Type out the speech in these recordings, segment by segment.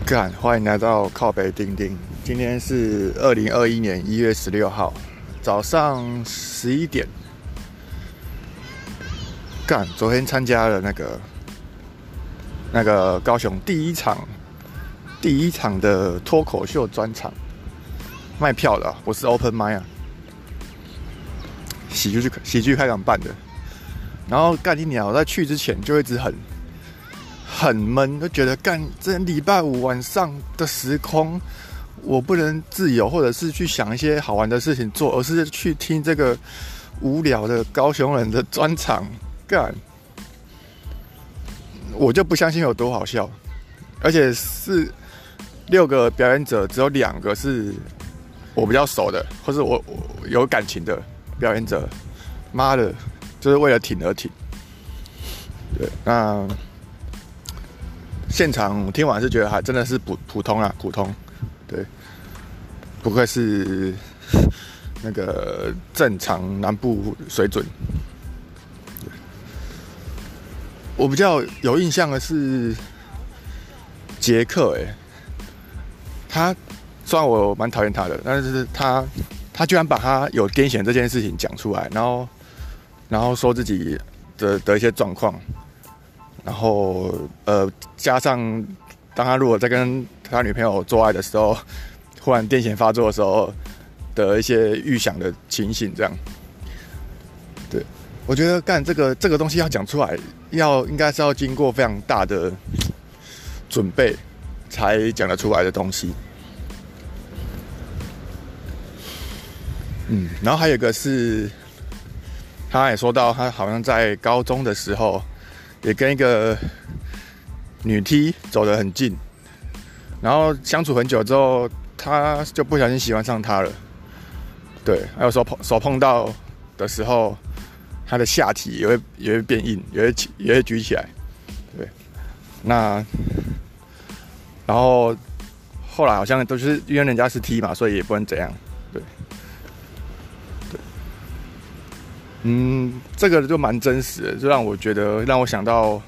干，欢迎来到靠北丁丁。今天是2021年1月16号，早上11点。干，昨天参加了那个高雄第一场的脱口秀专场，卖票的、不是 open mic 啊，喜剧开港办的。然后干一鸟，在去之前就一直很闷，就觉得干这礼拜五晚上的时空，我不能自由，或者是去想一些好玩的事情做，而是去听这个无聊的高雄人的专场。干，我就不相信有多好笑，而且是6个表演者，只有2个是我比较熟的，或是我有感情的表演者。妈的，就是为了挺而挺。对，那现场听完是觉得还真的是普通啦，普通。对，不愧是那个正常南部水准。我比较有印象的是杰克，他虽然我蛮讨厌他的，但是他居然把他有癫痫这件事情讲出来，然后说自己的一些状况，然后加上当他如果在跟他女朋友做爱的时候，忽然癫痫发作的时候的一些预想的情形，这样。对，我觉得干这个东西要讲出来，应该是要经过非常大的准备才讲得出来的东西。然后还有一个是，他也说到，他好像在高中的时候，也跟一个女 T 走得很近，然后相处很久之后，他就不小心喜欢上她了。对，还有手碰到的时候，他的下体也会变硬，也会举起来。对，然后后来好像都是因为人家是 T 嘛，所以也不能怎样。对。这个就蛮真实的，就让我想到，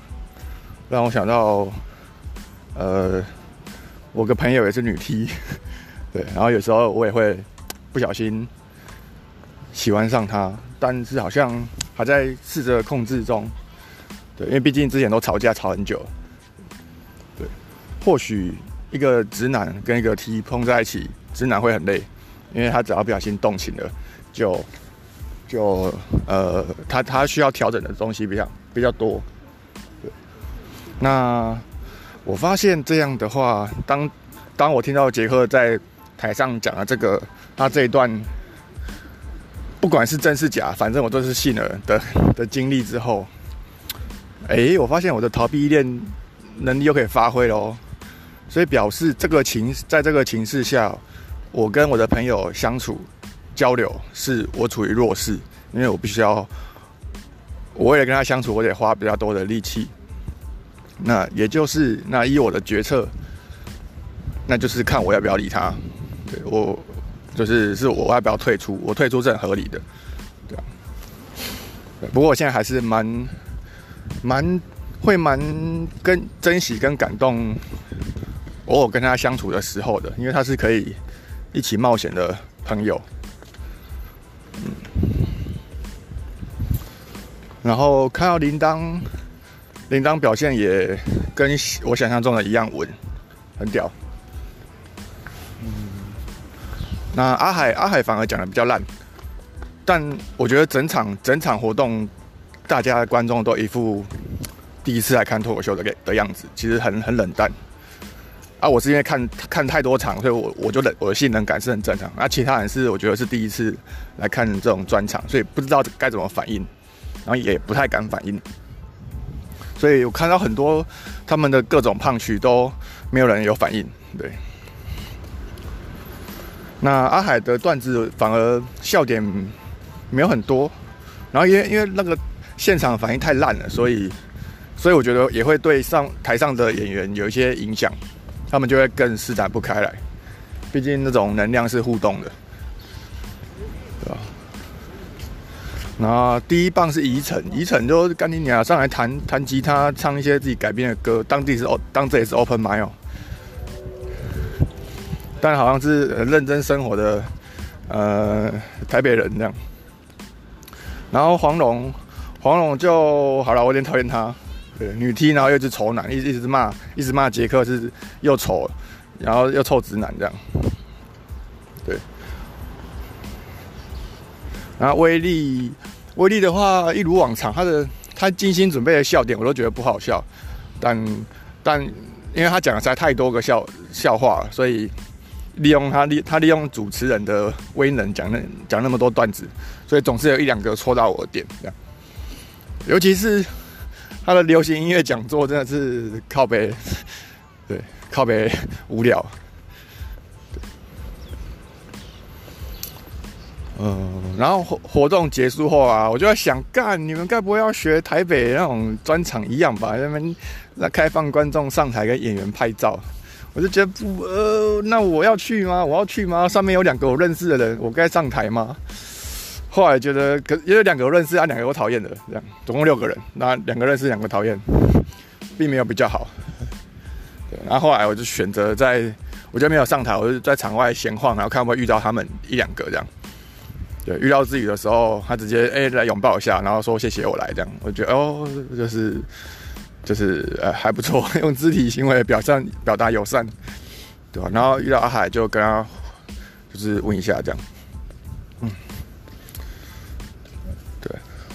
我个朋友也是女 T， 对，然后有时候我也会不小心喜欢上她，但是好像还在试着控制中，对，因为毕竟之前都吵架吵很久，对，或许一个直男跟一个 T 碰在一起，直男会很累，因为他只要不小心动情了，他需要调整的东西比较多。对，那我发现这样的话，当我听到杰克在台上讲了他这一段，不管是真是假，反正我都是信了的经历之后，我发现我的逃避依恋能力又可以发挥咯。所以表示在这个情势下，我跟我的朋友相处交流，是我处于弱势，因为我必须要，我为了跟他相处，我得花比较多的力气。那也就是依我的决策，那就是看我要不要理他。对，我是我要不要退出，我退出是很合理的，对啊。不过我现在还是蛮珍惜跟感动偶尔跟他相处的时候的，因为他是可以一起冒险的朋友。然后看到铃铛表现也跟我想象中的一样稳，很屌。那阿海反而讲的比较烂，但我觉得整场活动，大家观众都一副第一次来看脱口秀的样子，其实很冷淡。我是因为看太多场，所以我的性能感是很正常。其他人我觉得是第一次来看这种专场，所以不知道该怎么反应，然后也不太敢反应。所以我看到很多他们的各种胖曲都没有人有反应。对，那阿海的段子反而笑点没有很多，然后因为那个现场反应太烂了，所以我觉得也会对台上的演员有一些影响。他们就会更施展不开来，毕竟那种能量是互动的，对吧？然后第一棒是宜晨就干你娘，上来弹吉他，唱一些自己改编的歌，当这也是 open mic 但好像是认真生活的台北人这样。然后黄龙就好了，我有点讨厌他，对，女 T， 然后又是丑男，一直骂杰克是又丑，然后又臭直男这样，对。然后威力的话，一如往常，他精心准备的笑点我都觉得不好笑，但因为他讲的实在太多个笑话了，所以利用主持人的威能讲那么多段子，所以总是有一两个戳到我的点这样。尤其是他的流行音乐讲座，真的是靠北无聊。然后活动结束后啊，我就在想，你们该不会要学台北那种专场一样吧？那开放观众上台跟演员拍照，我就觉得那我要去吗？上面有2个我认识的人，我该上台吗？后来觉得，因为2个我认识，2个我讨厌的，这样总共6个人，那2个认识，2个讨厌，并没有比较好。对，然后后来我就选择我就没有上台，我就在场外闲晃，然后看会不会遇到他们1-2个这样。对，遇到志宇的时候，他直接来拥抱一下，然后说谢谢我来这样，我觉得就是还不错，用肢体行为表达友善，对吧？然后遇到阿海就跟他就是问一下这样，对。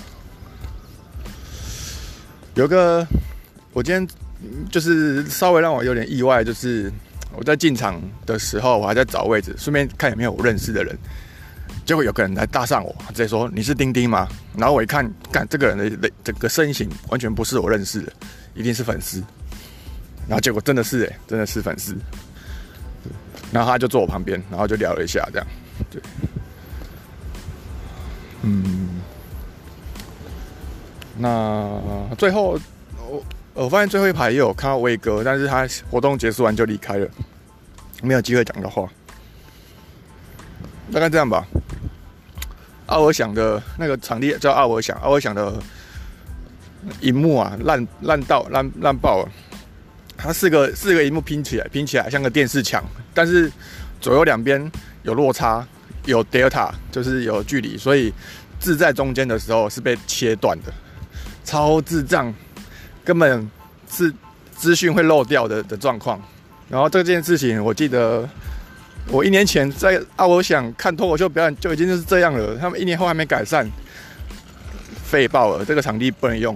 有个我今天就是稍微让我有点意外，就是我在进场的时候，我还在找位置，顺便看有没有我认识的人。结果有个人来搭上我，直接说：“你是丁丁吗？”然后我一看，这个人的整个身形完全不是我认识的，一定是粉丝。然后结果真的是粉丝。然后他就坐我旁边，然后就聊了一下，这样，对，那最后我发现最后一排也有看到威哥，但是他活动结束完就离开了，没有机会讲到话。大概这样吧。奥尔想的那个场地叫奥尔想的萤幕啊，烂爆了。它四个萤幕拼起来像个电视墙，但是左右两边有落差，有 delta， 就是有距离，所以字在中间的时候是被切断的，超智障，根本是资讯会漏掉的状况。然后这件事情，我记得。我1年前在奥尔想看脱口秀表演就已经就是这样了，他们1年后还没改善，废爆了，这个场地不能用。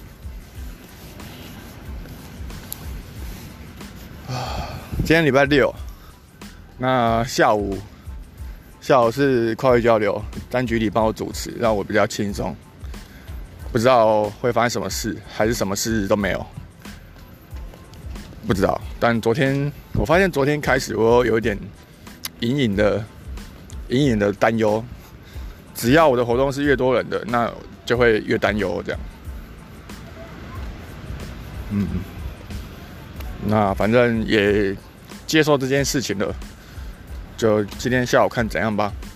今天礼拜6，那下午是跨越交流，单局里帮我主持，让我比较轻松。不知道会发生什么事，还是什么事都没有，不知道。但我发现昨天开始，我有一点。隐隐的担忧，只要我的活动是越多人的，那就会越担忧这样。那反正也接受这件事情了，就今天下午看怎样吧。